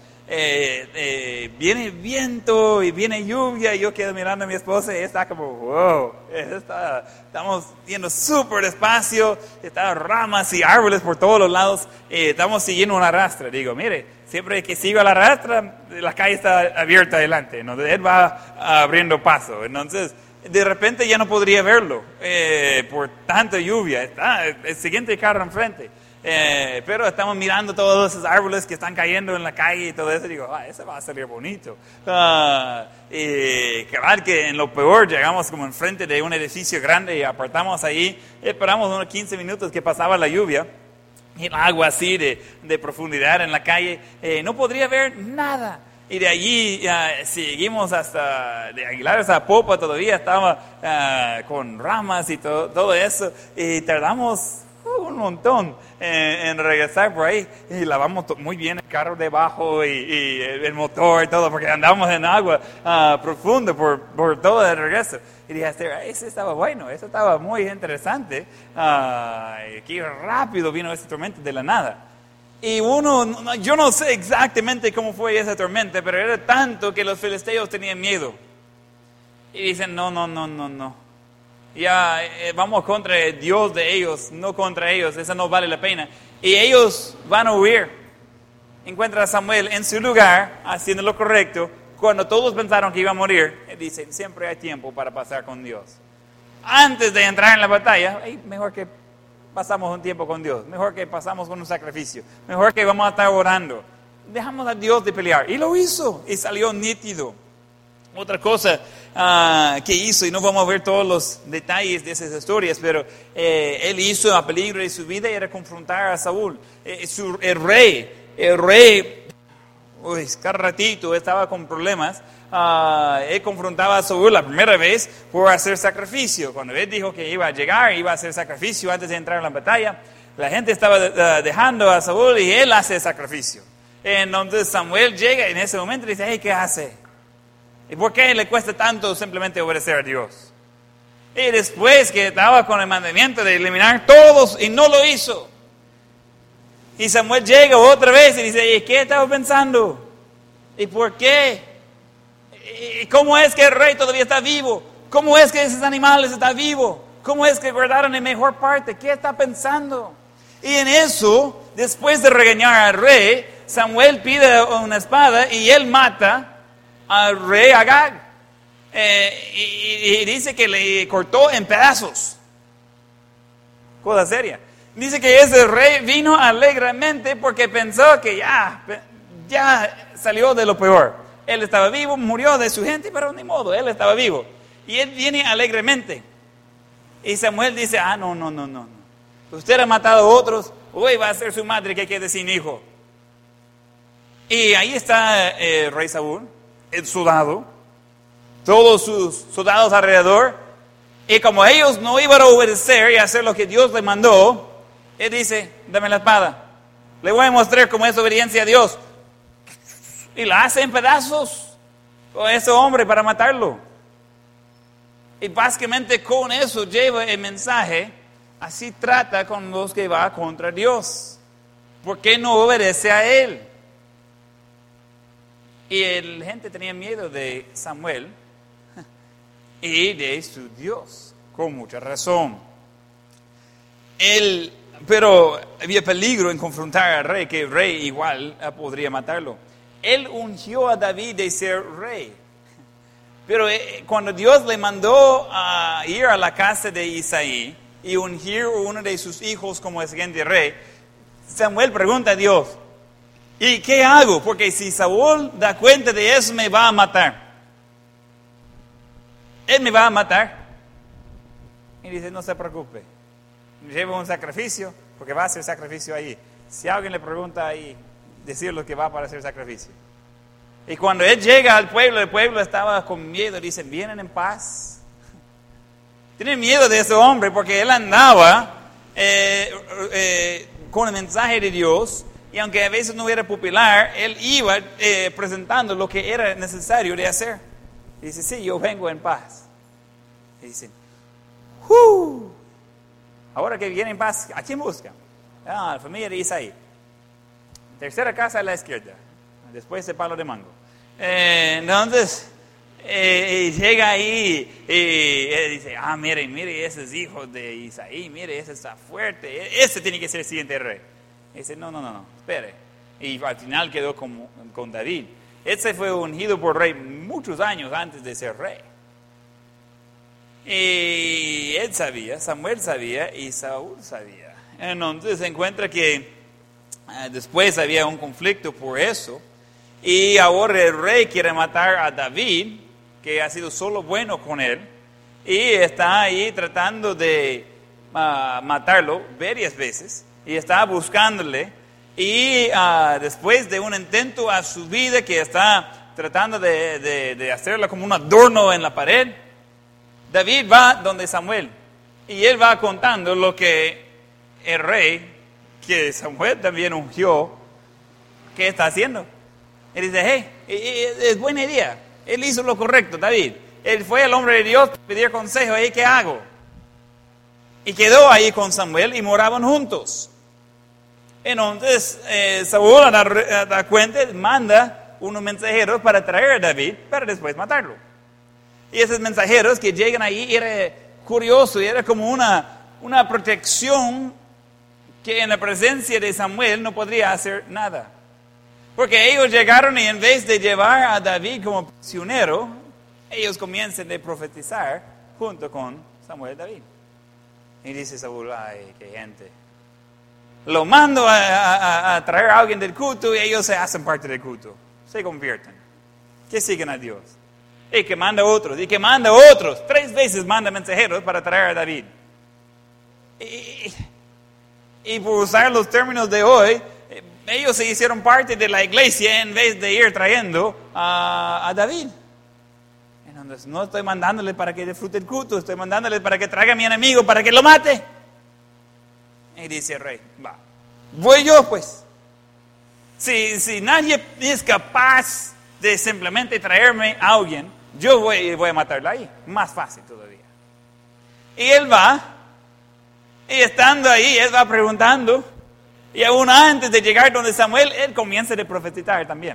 Viene viento y viene lluvia y yo quedo mirando a mi esposa y está como, wow, estamos yendo súper despacio, están ramas y árboles por todos los lados, estamos siguiendo una rastra. Digo, mire, siempre que sigo la rastra, la calle está abierta adelante, entonces él va abriendo paso, entonces de repente ya no podría verlo por tanta lluvia, está el siguiente carro enfrente. Pero estamos mirando todos esos árboles que están cayendo en la calle y todo eso. Y digo, ese va a salir bonito. Claro que en lo peor llegamos como enfrente de un edificio grande y apartamos ahí. Esperamos unos 15 minutos que pasaba la lluvia. Y el agua así de profundidad en la calle. No podría ver nada. Y de allí seguimos hasta de Aguilares a Popa. Todavía estaba con ramas y todo eso. Y tardamos un montón en regresar por ahí y lavamos muy bien el carro debajo y el motor y todo porque andamos en agua profunda por todo el regreso y dije, ese estaba bueno, eso estaba muy interesante. Qué rápido vino esa tormenta de la nada y yo no sé exactamente cómo fue esa tormenta, pero era tanto que los filisteos tenían miedo y dicen no, ya vamos contra el Dios de ellos, no contra ellos, eso no vale la pena. Y ellos van a huir. Encuentra a Samuel en su lugar, haciendo lo correcto, cuando todos pensaron que iba a morir. Él dice, siempre hay tiempo para pasar con Dios. Antes de entrar en la batalla, mejor que pasamos un tiempo con Dios, mejor que pasamos con un sacrificio, mejor que vamos a estar orando. Dejamos a Dios de pelear. Y lo hizo, y salió nítido. Otra cosa que hizo, y no vamos a ver todos los detalles de esas historias, pero él hizo a peligro de su vida y era confrontar a Saúl. El rey, cada ratito estaba con problemas. Él confrontaba a Saúl la primera vez por hacer sacrificio. Cuando él dijo que iba a llegar, iba a hacer sacrificio antes de entrar en la batalla, la gente estaba dejando a Saúl y él hace sacrificio. Entonces Samuel llega y en ese momento dice, hey, ¿qué hace? ¿Y por qué le cuesta tanto simplemente obedecer a Dios? Y después que estaba con el mandamiento de eliminar todos y no lo hizo. Y Samuel llega otra vez y dice, ¿y qué estaba pensando? ¿Y por qué? ¿Y cómo es que el rey todavía está vivo? ¿Cómo es que esos animales están vivos? ¿Cómo es que guardaron la mejor parte? ¿Qué está pensando? Y en eso, después de regañar al rey, Samuel pide una espada y él mata al rey Agag y dice que le cortó en pedazos. Cosa seria. Dice que ese rey vino alegremente porque pensó que ya salió de lo peor. Él estaba vivo, murió de su gente, pero ni modo, él estaba vivo. Y él viene alegremente. Y Samuel dice, no. Usted ha matado a otros, hoy va a ser su madre que quede sin hijo. Y ahí está el rey Saúl, el soldado, todos sus soldados alrededor. Y como ellos no iban a obedecer y hacer lo que Dios le mandó, él dice, dame la espada. Le voy a mostrar cómo es obediencia a Dios. Y la hace en pedazos con ese hombre para matarlo. Y básicamente con eso lleva el mensaje, así trata con los que va contra Dios. ¿Por qué no obedece a Él? Y la gente tenía miedo de Samuel y de su Dios, con mucha razón. Pero había peligro en confrontar al rey, que el rey igual podría matarlo. Él ungió a David de ser rey. Pero cuando Dios le mandó a ir a la casa de Isaí y ungir a uno de sus hijos como el siguiente rey, Samuel pregunta a Dios, ¿y qué hago? Porque si Saúl da cuenta de eso, me va a matar. Él me va a matar. Y dice, no se preocupe. Lleva un sacrificio, porque va a hacer sacrificio ahí. Si alguien le pregunta ahí, decir lo que va para hacer sacrificio. Y cuando él llega al pueblo, el pueblo estaba con miedo. Dicen, ¿vienen en paz? Tienen miedo de ese hombre porque él andaba con el mensaje de Dios. Y aunque a veces no era popular, él iba presentando lo que era necesario de hacer. Y dice, sí, yo vengo en paz. Y dicen, ahora que viene en paz, ¿a quién buscan? La familia de Isaí. Tercera casa a la izquierda, después de palo de mango. Entonces, llega ahí y dice, mire, ese es hijo de Isaí, mire, ese está fuerte, ese tiene que ser el siguiente rey. Y dice, no, espere. Y al final quedó con David. Ese fue ungido por rey muchos años antes de ser rey. Y él sabía, Samuel sabía y Saúl sabía. Entonces se encuentra que después había un conflicto por eso. Y ahora el rey quiere matar a David, que ha sido solo bueno con él. Y está ahí tratando de matarlo varias veces. Y está buscándole. Y después de un intento a su vida que está tratando de hacerla como un adorno en la pared, David va donde Samuel. Y él va contando lo que el rey, que Samuel también ungió, ¿qué está haciendo? Él dice, es buena idea. Él hizo lo correcto, David. Él fue el hombre de Dios, pidió consejo, ¿qué hago? Y quedó ahí con Samuel y moraban juntos. Entonces, Saúl, a dar cuenta, manda unos mensajeros para traer a David, para después matarlo. Y esos mensajeros que llegan ahí, era curioso, era como una protección que en la presencia de Samuel no podría hacer nada. Porque ellos llegaron y en vez de llevar a David como prisionero, ellos comienzan a profetizar junto con Samuel y David. Y dice Saúl, ay, qué gente. Lo mando a traer a alguien del culto y ellos se hacen parte del culto. Se convierten. Que siguen a Dios. Y que manda otros, y que manda otros. 3 veces manda mensajeros para traer a David. Y por usar los términos de hoy, ellos se hicieron parte de la iglesia en vez de ir trayendo a David. Entonces, no estoy mandándole para que disfrute el culto, estoy mandándole para que traiga a mi enemigo, para que lo mate. Y dice el rey, va, voy yo pues. Si nadie es capaz de simplemente traerme a alguien, yo voy a matarlo ahí. Más fácil todavía. Y él va, y estando ahí, él va preguntando. Y aún antes de llegar donde Samuel, él comienza a profetizar también.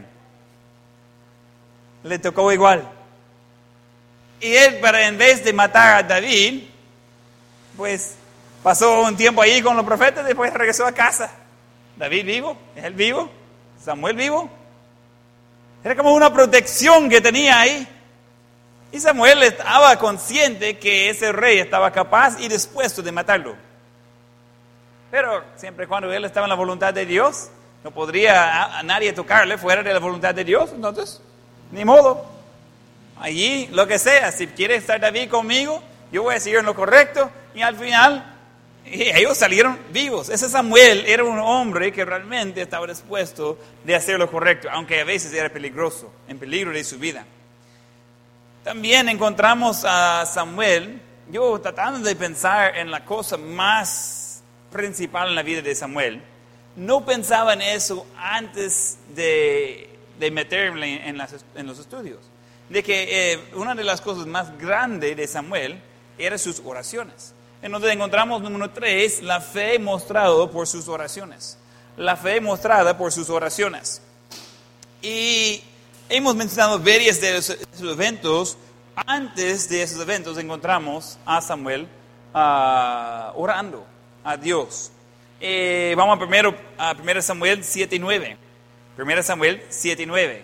Le tocó igual. Y él, en vez de matar a David, pues pasó un tiempo ahí con los profetas, después regresó a casa. David vivo, él vivo, Samuel vivo. Era como una protección que tenía ahí. Y Samuel estaba consciente que ese rey estaba capaz y dispuesto de matarlo. Pero siempre cuando él estaba en la voluntad de Dios, no podría a nadie tocarle fuera de la voluntad de Dios. Entonces, ni modo. Allí, lo que sea, si quiere estar David conmigo, yo voy a seguir en lo correcto. Y al final, Y ellos salieron vivos. Ese Samuel era un hombre que realmente estaba dispuesto de hacer lo correcto, aunque a veces era peligroso, en peligro de su vida. También encontramos a Samuel, yo tratando de pensar en la cosa más principal en la vida de Samuel, no pensaba en eso antes de meterme en los estudios. De que una de las cosas más grandes de Samuel eran sus oraciones. Entonces encontramos, número 3, la fe mostrada por sus oraciones. La fe mostrada por sus oraciones. Y hemos mencionado varios de esos eventos. Antes de esos eventos encontramos a Samuel orando a Dios. Vamos primero a 1 Samuel 7:9. 1 Samuel 7:9.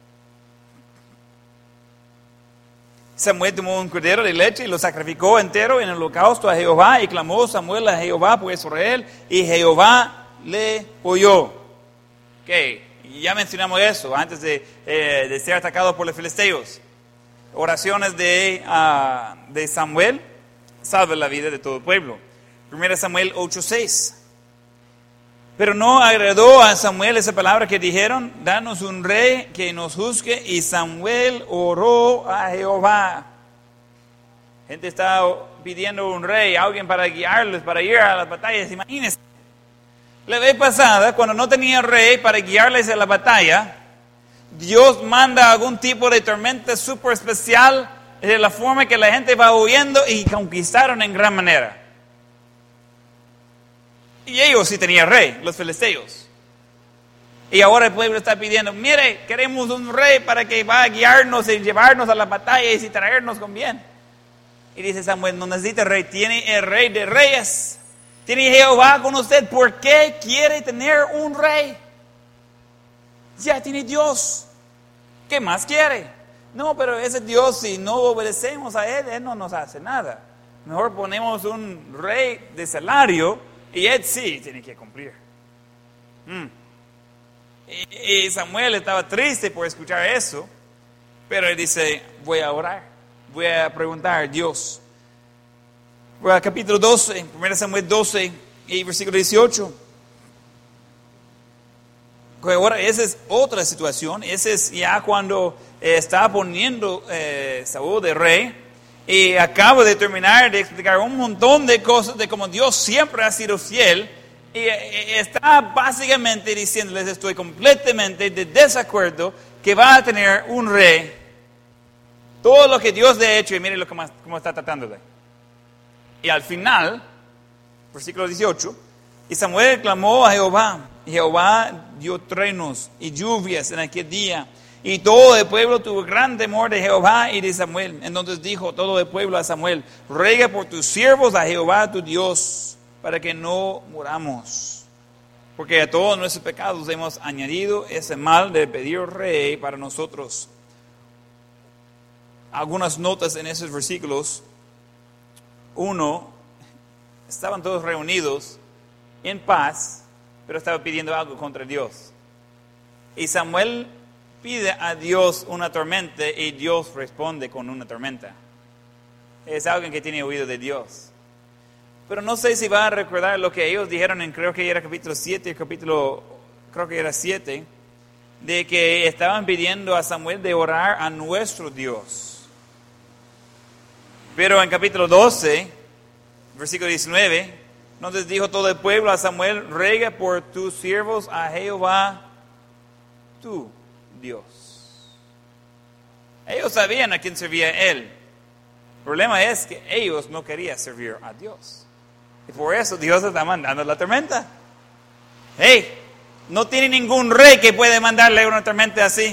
Samuel tomó un cordero de leche y lo sacrificó entero en el holocausto a Jehová, y clamó Samuel a Jehová por Israel, y Jehová le oyó. Okay. Ya mencionamos eso antes de ser atacado por los filisteos. Oraciones de Samuel salvan la vida de todo el pueblo. 1 Samuel 8:6. Pero no agradó a Samuel esa palabra que dijeron: danos un rey que nos juzgue. Y Samuel oró a Jehová. Gente está pidiendo un rey, alguien para guiarles, para ir a las batallas. Imagínense. La vez pasada, cuando no tenía rey para guiarles a la batalla, Dios manda algún tipo de tormenta súper especial, de la forma que la gente va huyendo, y conquistaron en gran manera. Y ellos sí tenían rey, los filisteos. Y ahora el pueblo está pidiendo: mire, queremos un rey para que va a guiarnos y llevarnos a la batalla y traernos con bien. Y dice Samuel: no necesita rey, tiene el rey de reyes. Tiene Jehová con usted. ¿Por qué quiere tener un rey? Ya tiene Dios. ¿Qué más quiere? No, pero ese Dios, si no obedecemos a Él no nos hace nada. Mejor ponemos un rey de salario y Él sí tiene que cumplir. Y Samuel estaba triste por escuchar eso, pero él dice: voy a orar, voy a preguntar a Dios. Voy al capítulo 12, 1 Samuel 12 y versículo 18. Ahora, esa es otra situación. Esa es ya cuando está poniendo Saúl de rey. Y acabo de terminar de explicar un montón de cosas de cómo Dios siempre ha sido fiel. Y está básicamente diciéndoles: estoy completamente de desacuerdo que va a tener un rey. Todo lo que Dios le ha hecho, y mire cómo está tratándole. Y al final, versículo 18, y Samuel clamó a Jehová, y Jehová dio truenos y lluvias en aquel día. Y todo el pueblo tuvo gran temor de Jehová y de Samuel. Entonces dijo todo el pueblo a Samuel: ruega por tus siervos a Jehová tu Dios, para que no muramos. Porque a todos nuestros pecados hemos añadido ese mal de pedir rey para nosotros. Algunas notas en esos versículos. 1, estaban todos reunidos en paz, pero estaban pidiendo algo contra Dios. Y Samuel pide a Dios una tormenta y Dios responde con una tormenta. Es alguien que tiene oído de Dios. Pero no sé si va a recordar lo que ellos dijeron en, creo que era capítulo 7, creo que era 7, de que estaban pidiendo a Samuel de orar a nuestro Dios. Pero en capítulo 12, versículo 19, entonces dijo todo el pueblo a Samuel: ruega por tus siervos a Jehová tu Dios. Ellos sabían a quién servía él. El problema es que ellos no querían servir a Dios. Y por eso Dios está mandando la tormenta. Hey, no tiene ningún rey que puede mandarle una tormenta así.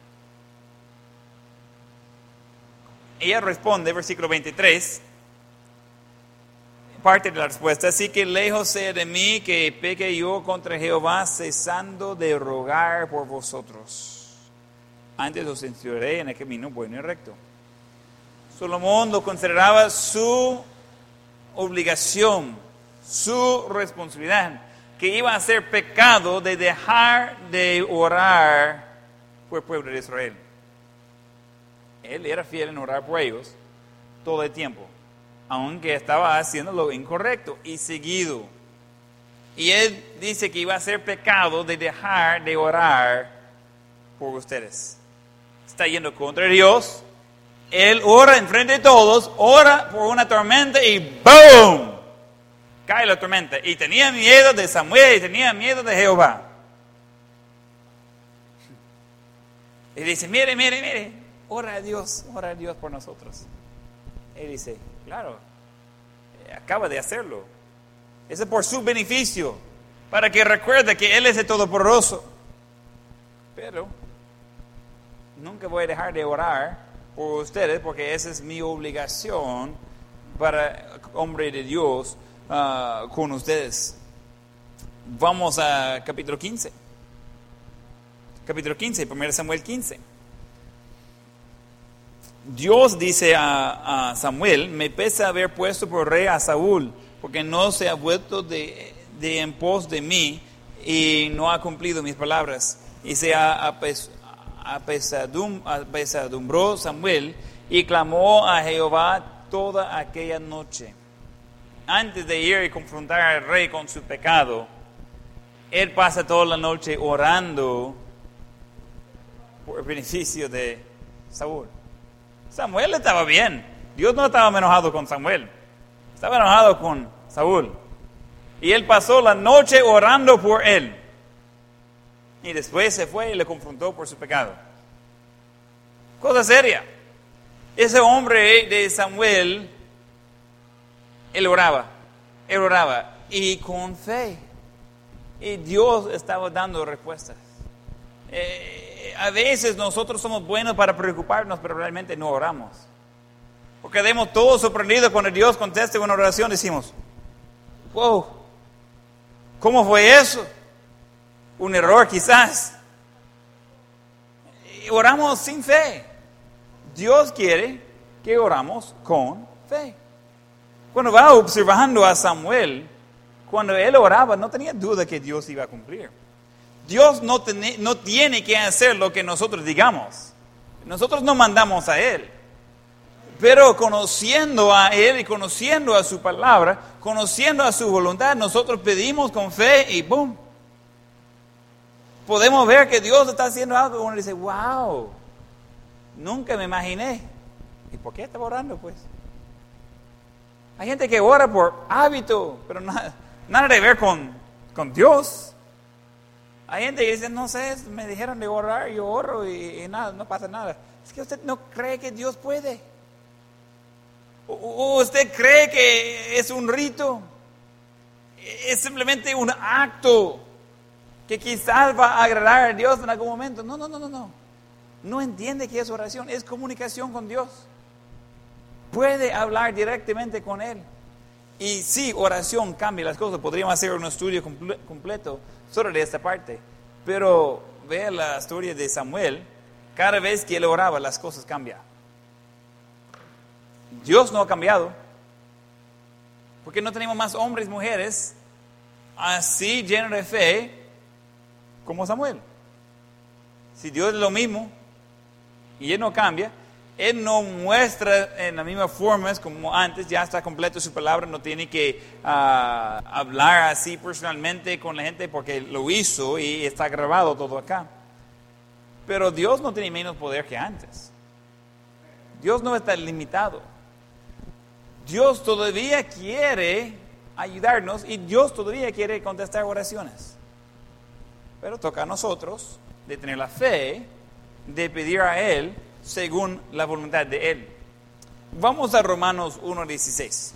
Ella responde, versículo 23, parte de la respuesta: así que lejos sea de mí que peque yo contra Jehová, cesando de rogar por vosotros. Antes os instruiré en el camino bueno y recto. Salomón lo consideraba su obligación, su responsabilidad, que iba a ser pecado de dejar de orar por el pueblo de Israel. Él era fiel en orar por ellos todo el tiempo. aunque estaba haciendo lo incorrecto y seguido. Y él dice que iba a ser pecado de dejar de orar por ustedes. Está yendo contra Dios. Él ora enfrente de todos, ora por una tormenta y ¡boom! Cae la tormenta. Y tenía miedo de Samuel y tenía miedo de Jehová. Y dice, mire, ora a Dios por nosotros. Él dice, claro, acaba de hacerlo. Eso es por su beneficio, para que recuerde que Él es el Todopoderoso. Pero nunca voy a dejar de orar por ustedes, porque esa es mi obligación para hombre de Dios con ustedes. Vamos a capítulo 15. Capítulo 15, 1 Samuel 15. Dios dice a Samuel, me pesa haber puesto por rey a Saúl, porque no se ha vuelto de en pos de mí y no ha cumplido mis palabras. Y se apesadumbró Samuel y clamó a Jehová toda aquella noche. Antes de ir y confrontar al rey con su pecado, él pasa toda la noche orando por el beneficio de Saúl. Samuel estaba bien. Dios no estaba enojado con Samuel. Estaba enojado con Saúl. Y él pasó la noche orando por él. Y después se fue y le confrontó por su pecado. Cosa seria. Ese hombre de Samuel, él oraba. Y con fe. Y Dios estaba dando respuestas. A veces nosotros somos buenos para preocuparnos, pero realmente no oramos. Porque quedamos todos sorprendidos cuando Dios contesta una oración. Decimos, wow, ¿cómo fue eso? Un error quizás. Y oramos sin fe. Dios quiere que oramos con fe. Cuando va observando a Samuel, cuando él oraba, no tenía duda que Dios iba a cumplir. Dios no tiene que hacer lo que nosotros digamos. Nosotros no mandamos a Él. Pero conociendo a Él y conociendo a su palabra, conociendo a su voluntad, nosotros pedimos con fe y ¡boom! Podemos ver que Dios está haciendo algo y uno dice, wow, nunca me imaginé. ¿Y por qué estaba orando pues? Hay gente que ora por hábito, pero nada de ver con Dios. Hay gente que dice, no sé, me dijeron de orar, yo oro y nada, no pasa nada. Es que usted no cree que Dios puede. O usted cree que es un rito. Es simplemente un acto que quizás va a agradar a Dios en algún momento. No. No entiende que es oración, es comunicación con Dios. Puede hablar directamente con Él. Y sí, oración cambia las cosas. Podríamos hacer un estudio completo sobre esta parte. Pero vea la historia de Samuel. Cada vez que él oraba, las cosas cambian. Dios no ha cambiado. Porque no tenemos más hombres y mujeres así llenos de fe como Samuel. Si Dios es lo mismo y Él no cambia, Él no muestra en la misma forma como antes, ya está completo su palabra, no tiene que hablar así personalmente con la gente porque lo hizo y está grabado todo acá. Pero Dios no tiene menos poder que antes. Dios no está limitado. Dios todavía quiere ayudarnos y Dios todavía quiere contestar oraciones. Pero toca a nosotros de tener la fe, de pedir a Él según la voluntad de Él. Vamos a Romanos 1:16.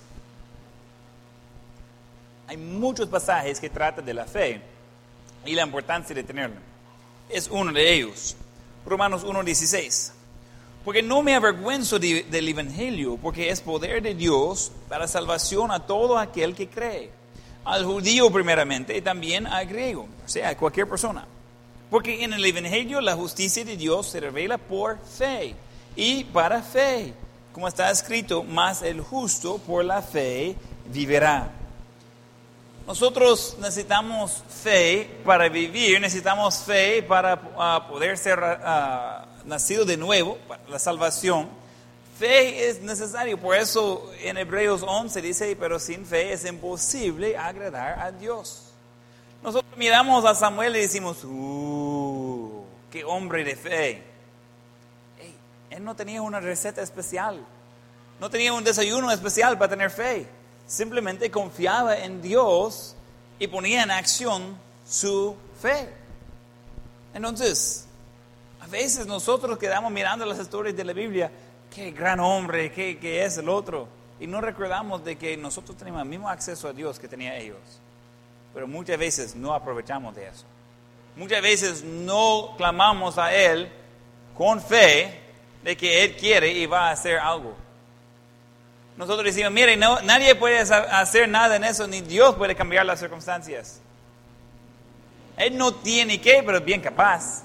Hay muchos pasajes que tratan de la fe y la importancia de tenerla. Es uno de ellos. Romanos 1:16. Porque no me avergüenzo del Evangelio, porque es poder de Dios para salvación a todo aquel que cree. Al judío primeramente y también al griego, o sea, a cualquier persona. Porque en el Evangelio la justicia de Dios se revela por fe y para fe. Como está escrito, mas el justo por la fe vivirá. Nosotros necesitamos fe para vivir, necesitamos fe para poder ser nacido de nuevo, para la salvación. Fe es necesario. Por eso en Hebreos 11 dice, pero sin fe es imposible agradar a Dios. Nosotros miramos a Samuel y decimos, qué hombre de fe. Hey, él no tenía una receta especial. No tenía un desayuno especial para tener fe. Simplemente confiaba en Dios y ponía en acción su fe. Entonces, a veces nosotros quedamos mirando las historias de la Biblia, qué gran hombre, qué es el otro, y no recordamos de que nosotros tenemos el mismo acceso a Dios que tenían ellos. Pero muchas veces no aprovechamos de eso. Muchas veces no clamamos a Él con fe de que Él quiere y va a hacer algo. Nosotros decimos, mire, nadie puede hacer nada en eso, ni Dios puede cambiar las circunstancias. Él no tiene que, pero es bien capaz.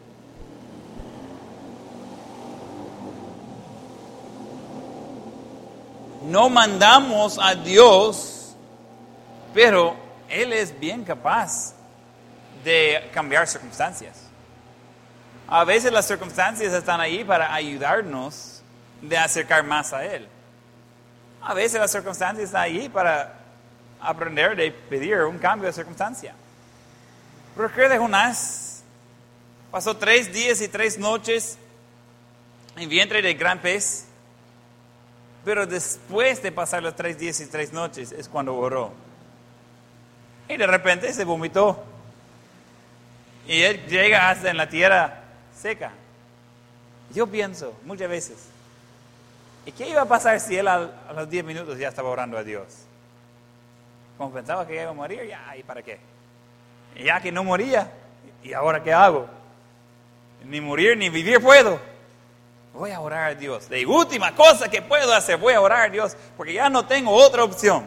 No mandamos a Dios, pero Él es bien capaz de cambiar circunstancias. A veces las circunstancias están ahí para ayudarnos de acercar más a Él. A veces las circunstancias están ahí para aprender de pedir un cambio de circunstancia. Recuerda Jonás, pasó 3 días y 3 noches en vientre del gran pez, pero después de pasar los 3 días y 3 noches es cuando oró. Y de repente se vomitó. Y él llega hasta en la tierra seca. Yo pienso muchas veces, ¿y qué iba a pasar si él a los 10 minutos ya estaba orando a Dios? Como pensaba que iba a morir, ya, ¿y para qué? Y ya que no moría, ¿y ahora qué hago? Ni morir ni vivir puedo. Voy a orar a Dios. La última cosa que puedo hacer, voy a orar a Dios, porque ya no tengo otra opción.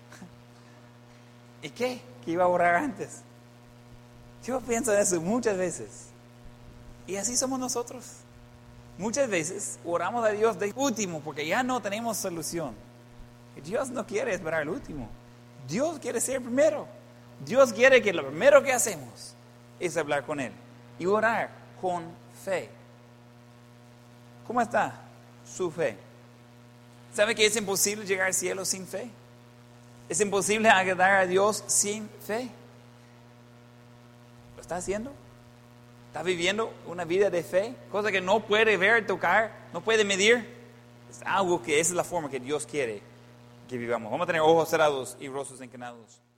¿Y qué? ¿Qué iba a orar antes? Yo pienso en eso muchas veces. Y así somos nosotros. Muchas veces oramos a Dios de último porque ya no tenemos solución. Y Dios no quiere esperar el último. Dios quiere ser primero. Dios quiere que lo primero que hacemos es hablar con Él y orar con fe. ¿Cómo está su fe? ¿Sabe que es imposible llegar al cielo sin fe? ¿Es imposible agradar a Dios sin fe? ¿Lo está haciendo? ¿Está viviendo una vida de fe? Cosa que no puede ver, tocar, no puede medir. Es algo que esa es la forma que Dios quiere que vivamos. Vamos a tener ojos cerrados y rostros inclinados.